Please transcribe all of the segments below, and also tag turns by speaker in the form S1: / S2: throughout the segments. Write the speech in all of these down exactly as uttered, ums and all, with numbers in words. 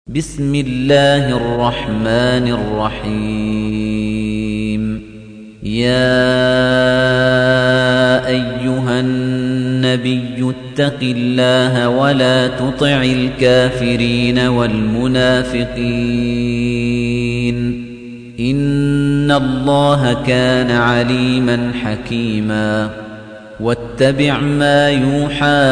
S1: بسم الله الرحمن الرحيم يا أيها النبي اتق الله ولا تطع الكافرين والمنافقين إن الله كان عليما حكيما واتبع ما يوحى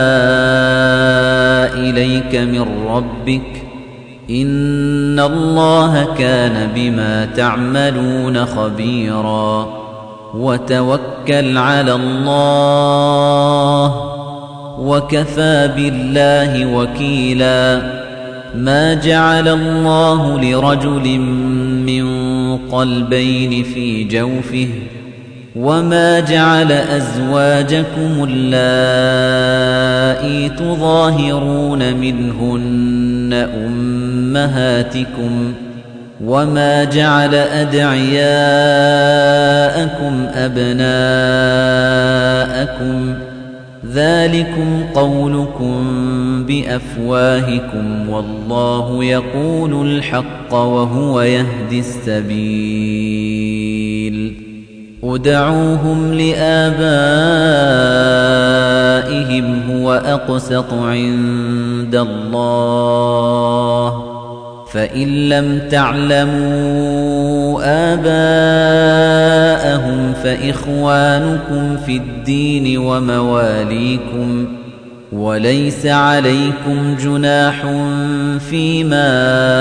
S1: إليك من ربك إن الله كان بما تعملون خبيرا وتوكل على الله وكفى بالله وكيلا ما جعل الله لرجل من قلبين في جوفه وما جعل أزواجكم اللائي تظاهرون منهن أمهاتكم وما جعل أدعياءكم أبناءكم ذلكم قولكم بأفواهكم والله يقول الحق وهو يهدي السبيل ادعوهم لآبائهم هو أقسط عند الله فإن لم تعلموا آباءهم فإخوانكم في الدين ومواليكم وليس عليكم جناح فيما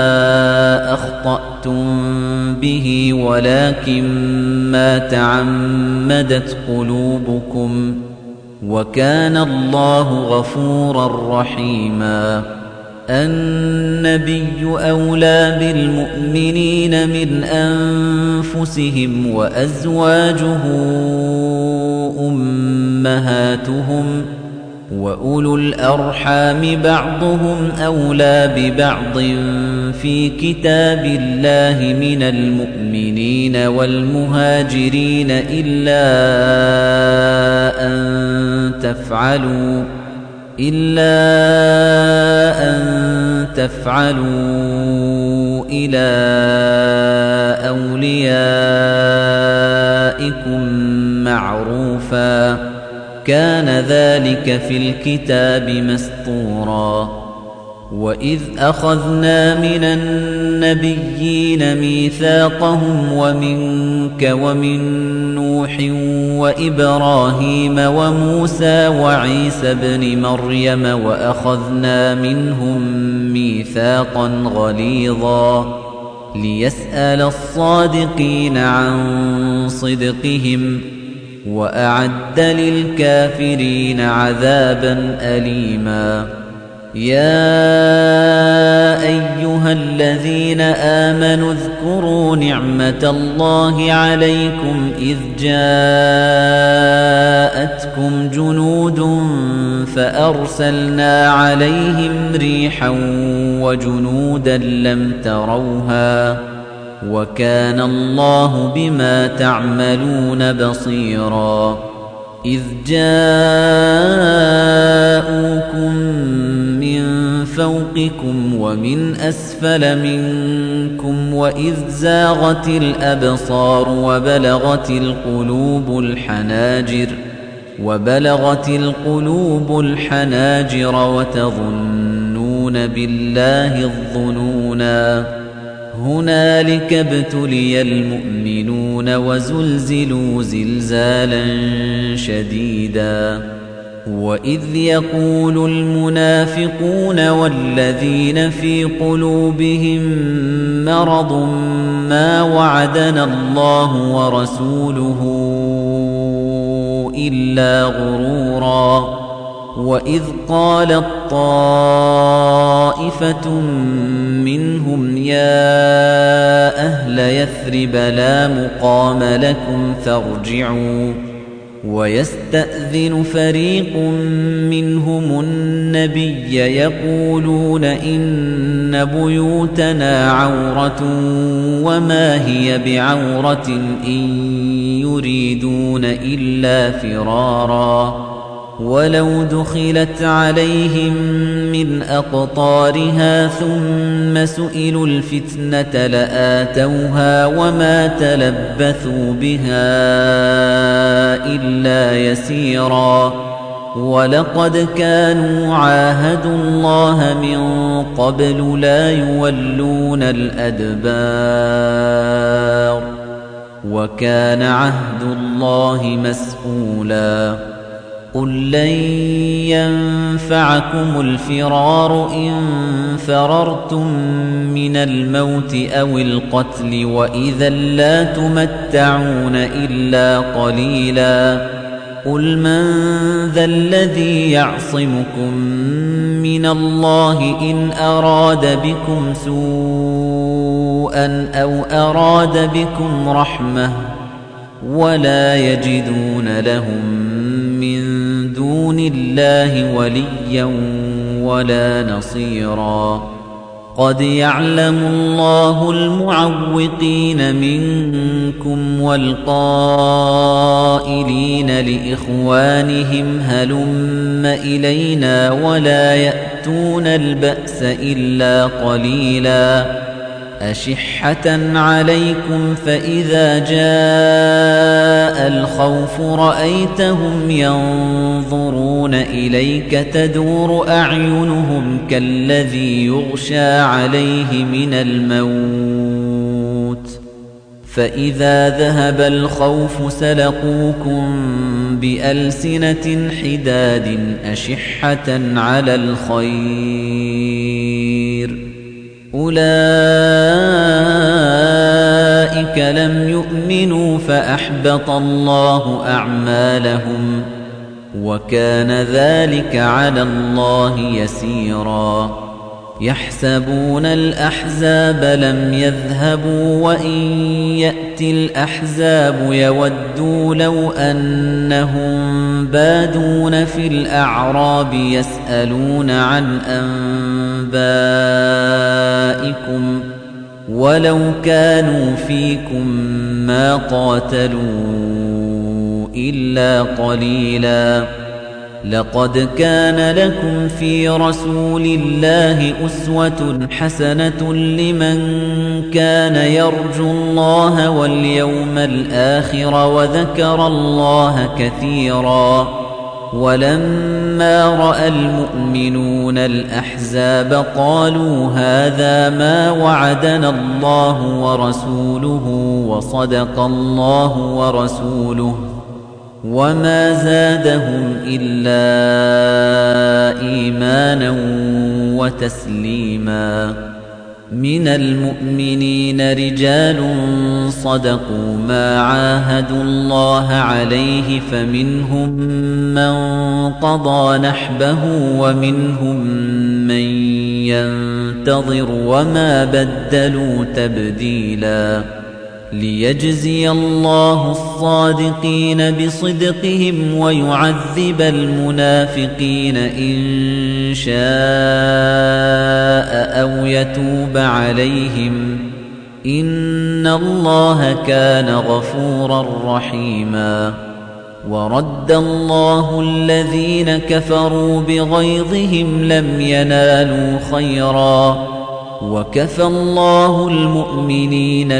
S1: أخطأتم به ولكن ما تعمدت قلوبكم وكان الله غفورا رحيما النبي أولى بالمؤمنين من أنفسهم وأزواجه أمهاتهم وأولو الأرحام بعضهم أولى ببعض في كتاب الله من المؤمنين والمهاجرين إلا أن تفعلوا إلا أن تفعلوا إلى أوليائكم معروفا كان ذلك في الكتاب مسطورا وإذ أخذنا من النبيين ميثاقهم ومنك ومن نوح وإبراهيم وموسى وعيسى ابن مريم وأخذنا منهم ميثاقا غليظا ليسأل الصادقين عن صدقهم وأعد للكافرين عذابا أليما يا أيها الذين آمنوا اذكروا نعمة الله عليكم إذ جاءتكم جنود فأرسلنا عليهم ريحا وجنودا لم تروها وكان الله بما تعملون بصيرا إذ جاءوكم من فوقكم ومن أسفل منكم وإذ زاغت الأبصار وبلغت القلوب الحناجر وبلغت القلوب الحناجر وتظنون بالله الظنونا هنالك ابتلي المؤمنون وزلزلوا زلزالا شديدا وإذ يقول المنافقون والذين في قلوبهم مرض ما وعدنا الله ورسوله إلا غرورا وإذ قالت طائفة منهم يا أهل يثرب لا مقام لكم فارجعوا ويستأذن فريق منهم النبي يقولون إن بيوتنا عورة وما هي بعورة إن يريدون إلا فرارا وَلَوْ دُخِلَتْ عَلَيْهِم مِّنْ أَقْطَارِهَا ثُمَّ سُئِلُوا الْفِتْنَةَ لَآتَوْهَا وَمَا تَلَبَّثُوا بِهَا إِلَّا يَسِيرًا وَلَقَدْ كَانُوا عَاهَدُوا اللَّهَ مِن قَبْلُ لَا يُوَلُّونَ الْأَدْبَارَ وَكَانَ عَهْدُ اللَّهِ مَسْئُولًا قُل لَّن يَنفَعَكُمُ الْفِرَارُ إِن فَرَرْتُم مِّنَ الْمَوْتِ أَوِ الْقَتْلِ وَإِذًا لَّا تُمَتَّعُونَ إِلَّا قَلِيلًا قُلْ مَن ذَا الَّذِي يَعْصِمُكُم مِّنَ اللَّهِ إِنْ أَرَادَ بِكُمْ سُوءًا أَوْ أَرَادَ بِكُمْ رَحْمَةً وَلَا يَجِدُونَ لَهُم مِّن دُونِ اللَّهِ وَلِيًّا وَلَا نَصِيرًا قَدْ يَعْلَمُ اللَّهُ الْمُعَوِّقِينَ مِنكُمْ وَالْقَائِلِينَ لِإِخْوَانِهِمْ هَلُمَّ إِلَيْنَا وَلَا يَأْتُونَ الْبَأْسَ إِلَّا قَلِيلًا أَشِحَّةً عَلَيْكُمْ فَإِذَا جَاءَ الْخَوْفُ رَأَيْتَهُمْ يَنظُرُونَ إِلَيْكَ تَدُورُ أَعْيُنُهُمْ كَالَّذِي يُغْشَىٰ عَلَيْهِ مِنَ الْمَوْتِ فَإِذَا ذَهَبَ الْخَوْفُ سَلَقُوكُم بِأَلْسِنَةٍ حِدَادٍ أَشِحَّةً عَلَى الْخَيْرِ أُولَئِكَ لَمْ يُؤْمِنُوا فَأَحْبَطَ اللَّهُ أَعْمَالَهُمْ وَكَانَ ذَلِكَ عَلَى اللَّهِ يَسِيرًا يَحْسَبُونَ الْأَحْزَابَ لَمْ يَذْهَبُوا وَإِن يَأْتِ الْأَحْزَابُ يَوَدُّوا لَوْ أَنَّهُم بَادُونَ فِي الْأَعْرَابِ يَسْأَلُونَ عَنْ أَنبَائِكُمْ وَلَوْ كَانُوا فِيكُم مَّا قَاتَلُوا إِلَّا قَلِيلًا لَقَدْ كَانَ لَكُمْ فِي رَسُولِ اللَّهِ أُسْوَةٌ حَسَنَةٌ لِمَن كَانَ يَرْجُو اللَّهَ وَالْيَوْمَ الْآخِرَ وَذَكَرَ اللَّهَ كَثِيرًا وَلَمَّا رَأَى الْمُؤْمِنُونَ الْأَحْزَابَ قَالُوا هَذَا مَا وَعَدَنَا اللَّهُ وَرَسُولُهُ وَصَدَقَ اللَّهُ وَرَسُولُهُ وَمَا زَادَهُمْ إِلَّا إِيمَانًا وَتَسْلِيمًا مِنَ الْمُؤْمِنِينَ رِجَالٌ صَدَقُوا مَا عَاهَدُوا اللَّهَ عَلَيْهِ فَمِنْهُم مَّن قَضَىٰ نَحْبَهُ وَمِنْهُم مَّن يَنتَظِرُ وَمَا بَدَّلُوا تَبْدِيلًا لِيَجْزِيَ اللَّهُ الصَّادِقِينَ بِصِدْقِهِمْ وَيُعَذِّبَ الْمُنَافِقِينَ إِن شَاءَ أَوْ يَتُوبَ عَلَيْهِمْ إِنَّ اللَّهَ كَانَ غَفُورًا رَّحِيمًا وَرَدَّ اللَّهُ الَّذِينَ كَفَرُوا بِغَيْظِهِمْ لَمْ يَنَالُوا خَيْرًا وَكَفَى اللَّهُ الْمُؤْمِنِينَ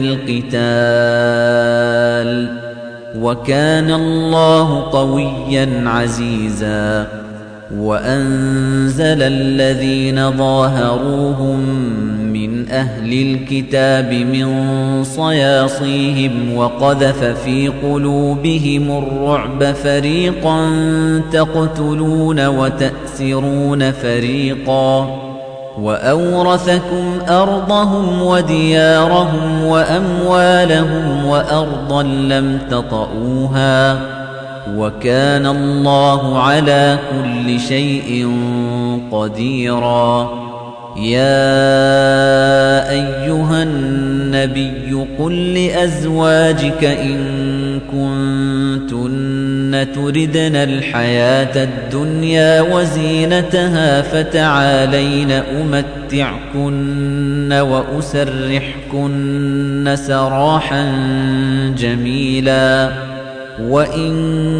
S1: الْقِتَالَ وَكَانَ اللَّهُ قَوِيًّا عَزِيزًا وَأَنزَلَ الَّذِينَ ظَاهَرُوهُم مِّنْ أَهْلِ الْكِتَابِ مِنْ صَيَاصِيهِمْ وَقَذَفَ فِي قُلُوبِهِمُ الرُّعْبَ فَرِيقًا تَقْتُلُونَ وَتَأْسِرُونَ فَرِيقًا وَأَوْرَثَكُمْ أَرْضَهُمْ وَدِيَارَهُمْ وَأَمْوَالَهُمْ وَأَرْضًا لَّمْ تَطَئُوهَا وَكَانَ اللَّهُ عَلَى كُلِّ شَيْءٍ قَدِيرًا يَا أَيُّهَا النَّبِيُّ قُل لِّأَزْوَاجِكَ إِن كُنتُنَّ تُرِدْنَ الْحَيَاةَ الدُّنْيَا وَزِينَتَهَا فَتَعَالَيْنَ أُمَتِّعْكُنَّ وَأُسَرِّحْكُنَّ سَرَاحًا جَمِيلًا وَإِن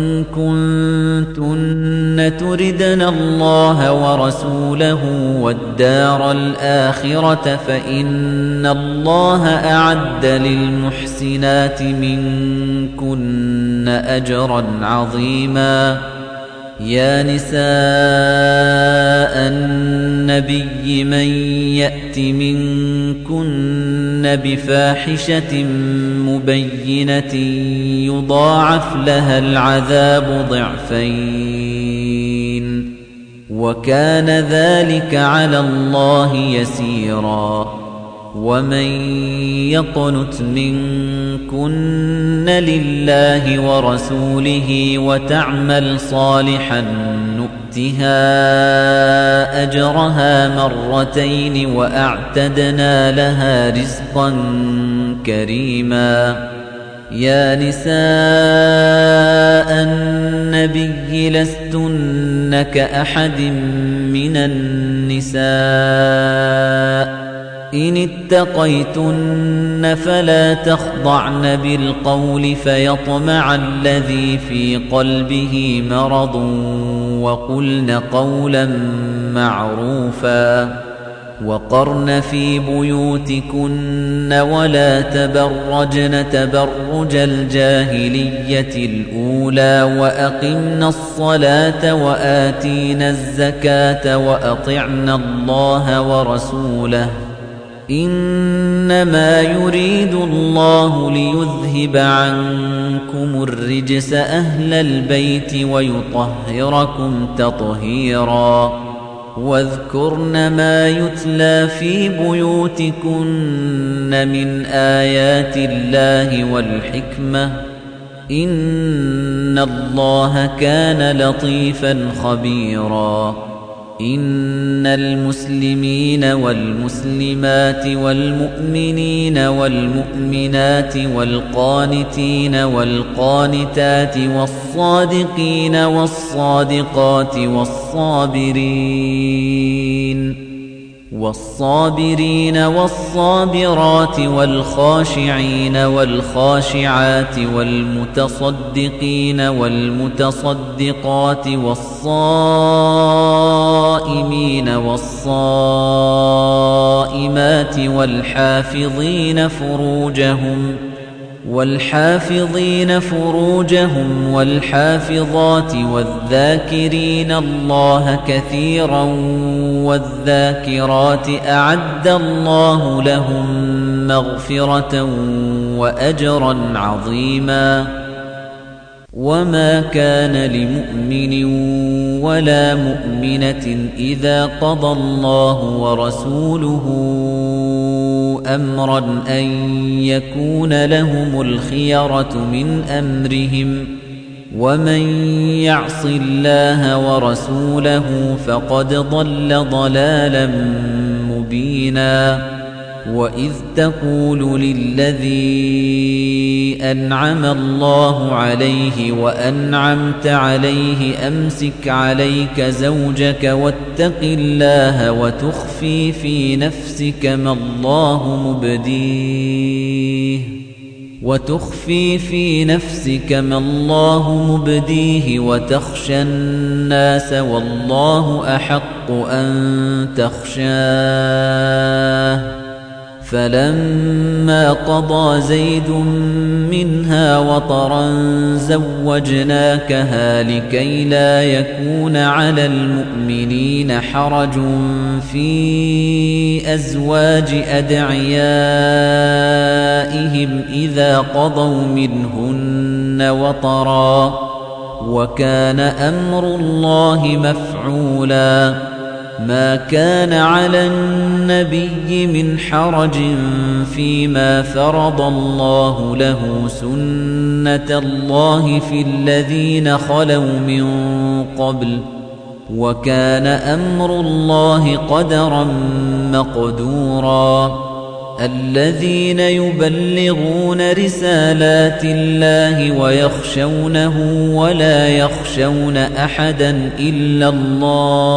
S1: كُنتُنَّ تُرِدْنَ اللَّهَ وَرَسُولَهُ وَالدَّارَ الْآخِرَةَ فَإِنَّ اللَّهَ أَعَدَّ لِلْمُحْسِنَاتِ مِنكُنَّ أَجْرًا عَظِيمًا. يا نساء النبي من يأت منكن بفاحشة مبينة يضاعف لها العذاب ضعفين وكان ذلك على الله يسيرا. ومن يقنت منكن لله ورسوله وتعمل صالحا نؤتها أجرها مرتين وأعتدنا لها رزقا كريما. يا نساء النبي لستن كأحد من النساء إن اتقيتن فلا تخضعن بالقول فيطمع الذي في قلبه مرض وقلن قولا معروفا. وقرن في بيوتكن ولا تبرجن تبرج الجاهلية الأولى وأقمن الصلاة وآتين الزكاة وأطعن الله ورسوله إنما يريد الله ليذهب عنكم الرجس أهل البيت ويطهركم تطهيرا. واذكرن ما يتلى في بيوتكن من آيات الله والحكمة إن الله كان لطيفا خبيرا. إن المسلمين والمسلمات والمؤمنين والمؤمنات والقانتين والقانتات والصادقين والصادقات والصابرين والصابرين والصابرات والخاشعين والخاشعات والمتصدقين والمتصدقات والصائمين والصائمات والحافظين فروجهم والحافظين فروجهم والحافظات والذاكرين الله كثيرا والذاكرات أعد الله لهم مغفرة وأجرا عظيما. وما كان لمؤمن ولا مؤمنة إذا قضى الله ورسوله أمرا أن يكون لهم الخيرة من أمرهم ومن يعص الله ورسوله فقد ضل ضلالا مبينا. وإذ تقول للذي أنعم الله عليه وأنعمت عليه أمسك عليك زوجك واتق الله وتخفي في نفسك ما الله مبديه وتخفي في نفسك ما الله مبديه وتخشى الناس والله أحق أن تخشاه. فلما قضى زيد منها وطرا زوجناكها لكي لا يكون على المؤمنين حرج في أزواج أدعيائهم إذا قضوا منهن وطرا وكان أمر الله مفعولا. ما كان على النبي من حرج فيما فرض الله له سنة الله في الذين خلوا من قبل وكان أمر الله قدرا مقدورا. الذين يبلغون رسالات الله ويخشونه ولا يخشون أحدا إلا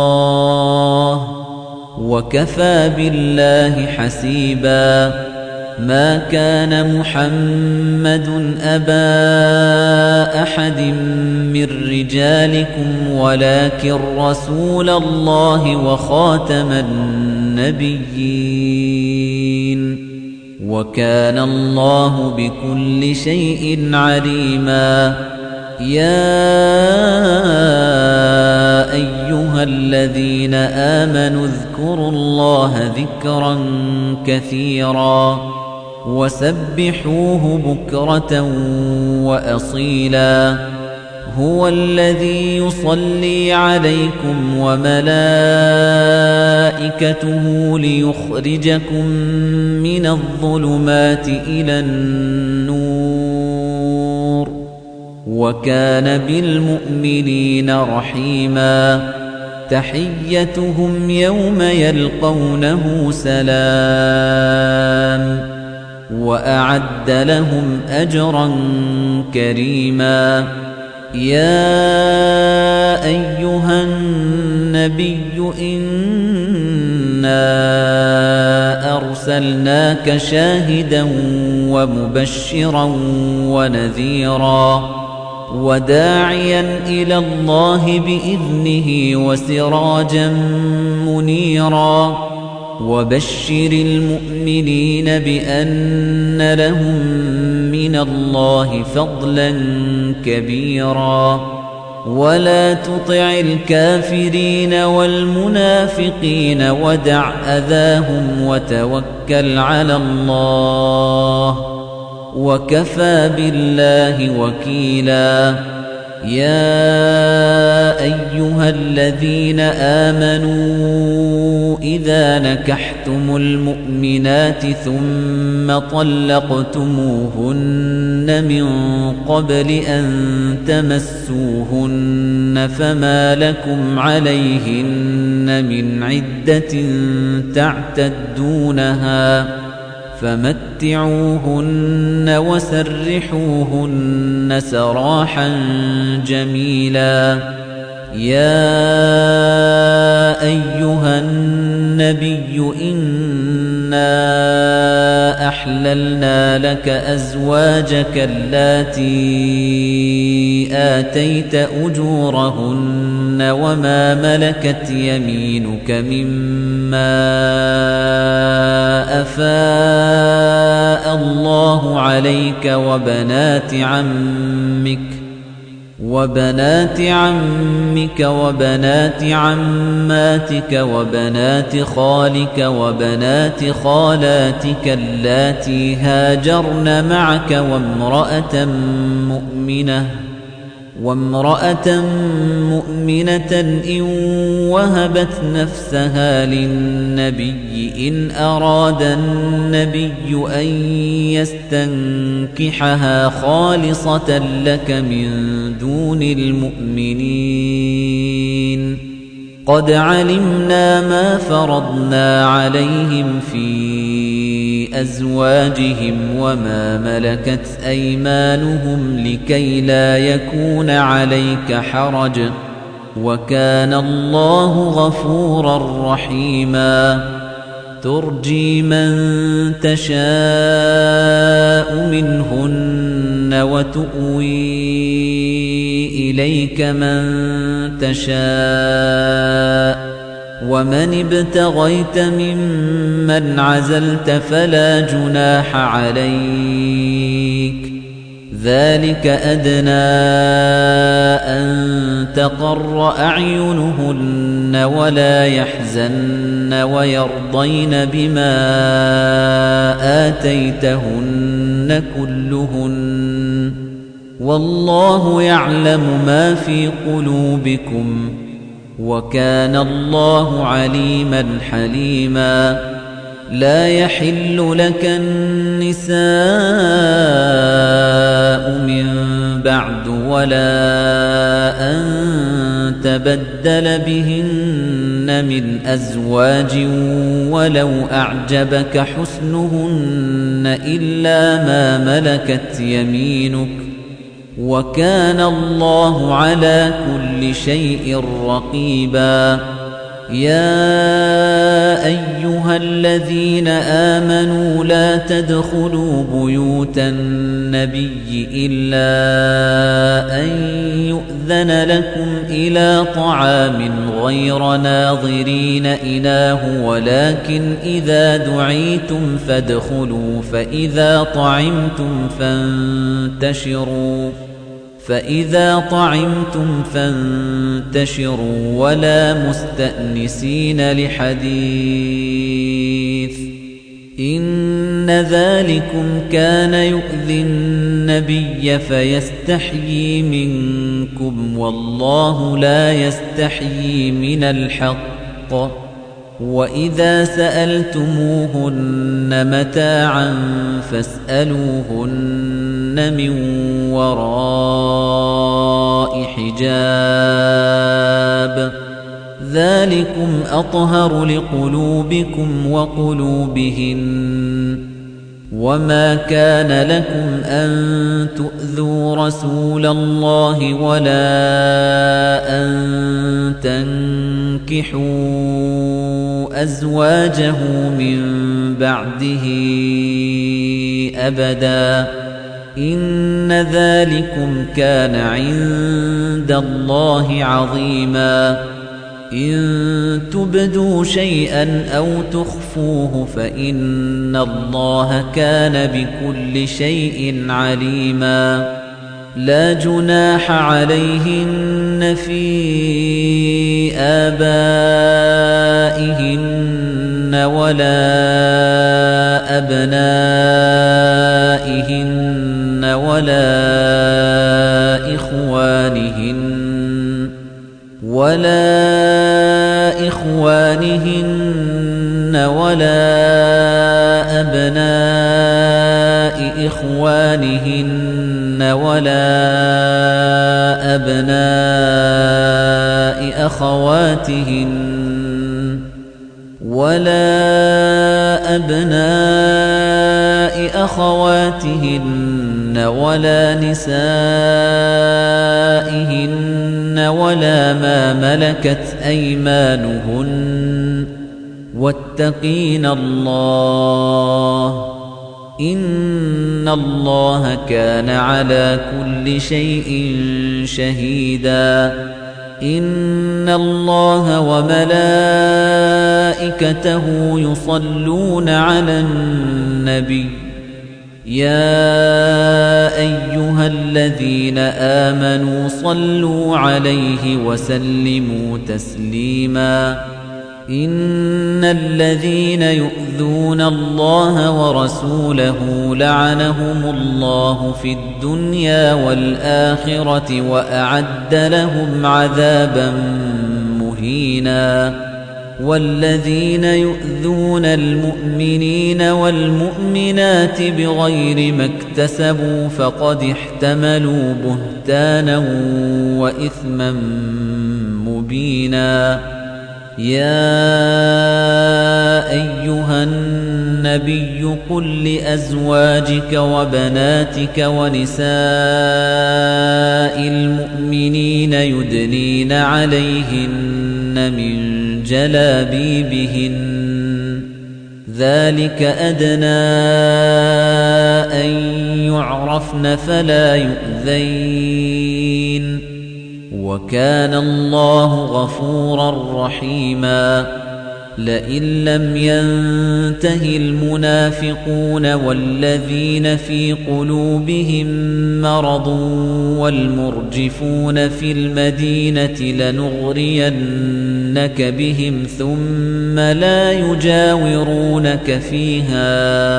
S1: الله وكفى بالله حسيبا. ما كان محمد أبا أحد من رجالكم ولكن رسول الله وخاتم النبيين وكان الله بكل شيء عليما يا أيها الذين آمنوا اذكروا الله ذكرا كثيرا وسبحوه بكرة وأصيلا هو الذي يصلي عليكم وملائكته ليخرجكم من الظلمات إلى النور وكان بالمؤمنين رحيما تحيتهم يوم يلقونه سلام وأعد لهم أجرا كريما يا أيها النبي إنا أرسلناك شاهدا ومبشرا ونذيرا وداعيا إلى الله بإذنه وسراجا منيرا وبشر المؤمنين بأن لهم من الله فضلا كبيرا ولا تطع الكافرين والمنافقين ودع أذاهم وتوكل على الله وكفى بالله وكيلا يا أيها الذين آمنوا إذا نكحتم المؤمنات ثم طلقتموهن من قبل أن تمسوهن فما لكم عليهن من عدة تعتدونها فمتعوهن وسرحوهن سراحا جميلا يا أيها النبي إنا أحللنا لك أزواجك اللاتي آتيت أجورهن وما ملكت يمينك مما أفاء الله عليك وبنات عمك وبنات عمك وبنات عماتك وبنات خالك وبنات خالاتك اللاتي هاجرن معك وامرأة مؤمنة وامرأة مؤمنة إن وهبت نفسها للنبي إن أراد النبي أن يستنكحها خالصة لك من دون المؤمنين قد علمنا ما فرضنا عليهم في أزواجهم وما ملكت أيمانهم لكي لا يكون عليك حرج وكان الله غفورا رحيما ترجي من تشاء منهن وتؤوي إليك من تشاء ومن ابتغيت ممن عزلت فلا جناح عليك ذلك أدنى أن تقر أعينهن ولا يحزن ويرضين بما آتيتهن كلهن والله يعلم ما في قلوبكم وكان الله عليما حليما لا يحل لك النساء من بعد ولا أن تبدل بهن من أزواج ولو أعجبك حسنهن إلا ما ملكت يمينك وكان الله على كل شيء رقيبا يا أيها الذين آمنوا لا تدخلوا بيوت النبي إلا أن يؤذن لكم إلى طعام غير ناظرين إناه ولكن إذا دعيتم فادخلوا فإذا طعمتم فانتشروا فإذا طعمتم فانتشروا ولا مستأنسين لحديث إن ذلكم كان يؤذي النبي فيستحيي منكم والله لا يستحيي من الحق وإذا سألتموهن متاعا فاسألوهن من وراء حجاب ذلكم أطهر لقلوبكم وقلوبهن وما كان لكم أن تؤذوا رسول الله ولا أن تنكحوا أزواجه من بعده أبدا إن ذلكم كان عند الله عظيما إن تبدوا شيئا أو تخفوه فإن الله كان بكل شيء عليما لا جناح عليهن في آبائهن ولا أبنائهن ولا إخوانهن ولا إخوانهن ولا أبناء إخوانهن ولا أبناء أخواتهن ولا أبناء أخواتهن ولا نسائهن ولا ما ملكت أيمانهن واتقين الله إن الله كان على كل شيء شهيدا إن الله وملائكته يصلون على النبي يا أيها الذين آمنوا صلوا عليه وسلموا تسليما إن الذين يؤذون الله ورسوله لعنهم الله في الدنيا والآخرة وأعد لهم عذابا مهينا والذين يؤذون المؤمنين والمؤمنات بغير ما اكتسبوا فقد احتملوا بهتانا وإثما مبينا يا أيها النبي قل لأزواجك وبناتك ونساء المؤمنين يدنين عليهن من جلابيبهن ذلك أدنى أن يعرفن فلا يؤذين وكان الله غفورا رحيما لئن لم ينته المنافقون والذين في قلوبهم مرض والمرجفون في المدينة لنغرينك بهم ثم لا يجاورونك فيها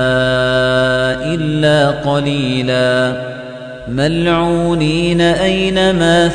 S1: إلا قليلا ملعونين أينما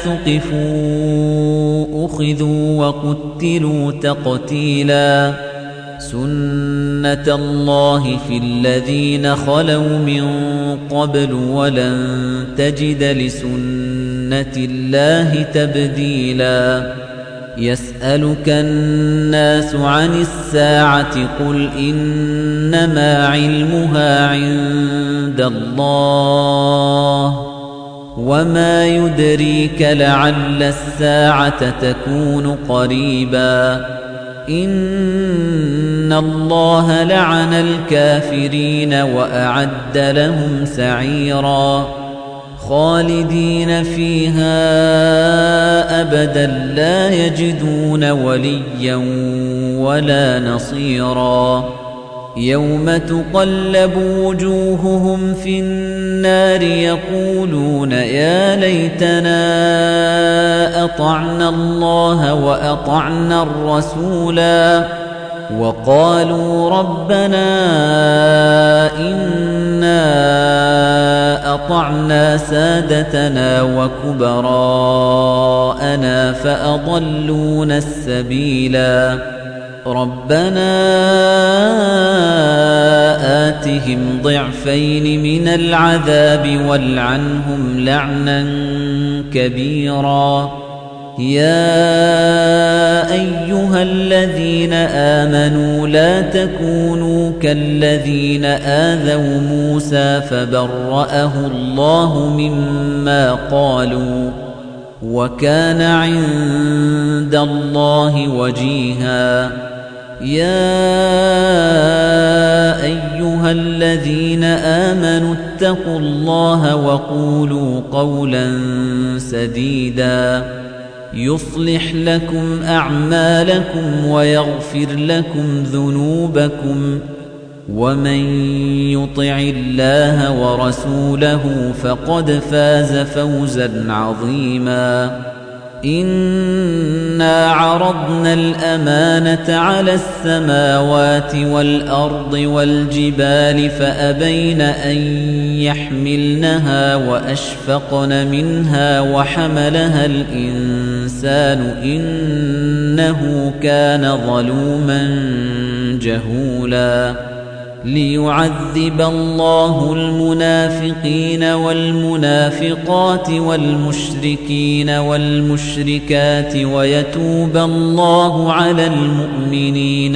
S1: ثقفوا أخذوا وقتلوا تقتيلا سنة الله في الذين خلوا من قبل ولن تجد لسنة الله تبديلا يسألك الناس عن الساعة قل إنما علمها عند الله وما يدريك لعل الساعة تكون قريبا إِنَّ اللَّهَ لَعَنَ الْكَافِرِينَ وَأَعَدَّ لَهُمْ سَعِيرًا خَالِدِينَ فِيهَا أَبَدًا لَّا يَجِدُونَ وَلِيًّا وَلَا نَصِيرًا يَوْمَ تُقَلَّبُ وُجُوهُهُمْ فِي النَّارِ يَقُولُونَ يَا لَيْتَنَا أَطَعْنَا اللَّهَ وَأَطَعْنَا الرَّسُولَا وَقَالُوا رَبَّنَا إِنَّا أَطَعْنَا سَادَتَنَا وَكُبَرَاءَنَا فَأَضَلُّونَا السَّبِيلَا رَبَّنَا آتِهِمْ ضِعْفَيْنِ مِنَ الْعَذَابِ وَالْعَنْهُمْ لَعْنًا كَبِيرًا يَا أَيُّهَا الَّذِينَ آمَنُوا لَا تَكُونُوا كَالَّذِينَ آذَوْا مُوسَى فَبَرَّأَهُ اللَّهُ مِمَّا قَالُوا وَكَانَ عِندَ اللَّهِ وَجِيهًا يَا أَيُّهَا الَّذِينَ آمَنُوا اتَّقُوا اللَّهَ وَقُولُوا قَوْلًا سَدِيدًا يُصْلِحْ لَكُمْ أَعْمَالَكُمْ وَيَغْفِرْ لَكُمْ ذُنُوبَكُمْ وَمَن يُطِعِ اللَّهَ وَرَسُولَهُ فَقَدْ فَازَ فَوْزًا عَظِيمًا إِنَّا عَرَضْنَا الْأَمَانَةَ عَلَى السَّمَاوَاتِ وَالْأَرْضِ وَالْجِبَالِ فَأَبَيْنَ أَن يَحْمِلْنَهَا وَأَشْفَقْنَ مِنْهَا وَحَمَلَهَا الْإِنسَانُ إِنَّهُ كَانَ ظَلُومًا جَهُولًا لِيُعَذِّبَ اللَّهُ الْمُنَافِقِينَ وَالْمُنَافِقَاتِ وَالْمُشْرِكِينَ وَالْمُشْرِكَاتِ وَيَتُوبَ اللَّهُ عَلَى الْمُؤْمِنِينَ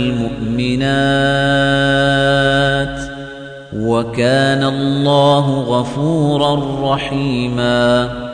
S1: وَالْمُؤْمِنَاتِ وَكَانَ اللَّهُ غَفُورًا رَّحِيمًا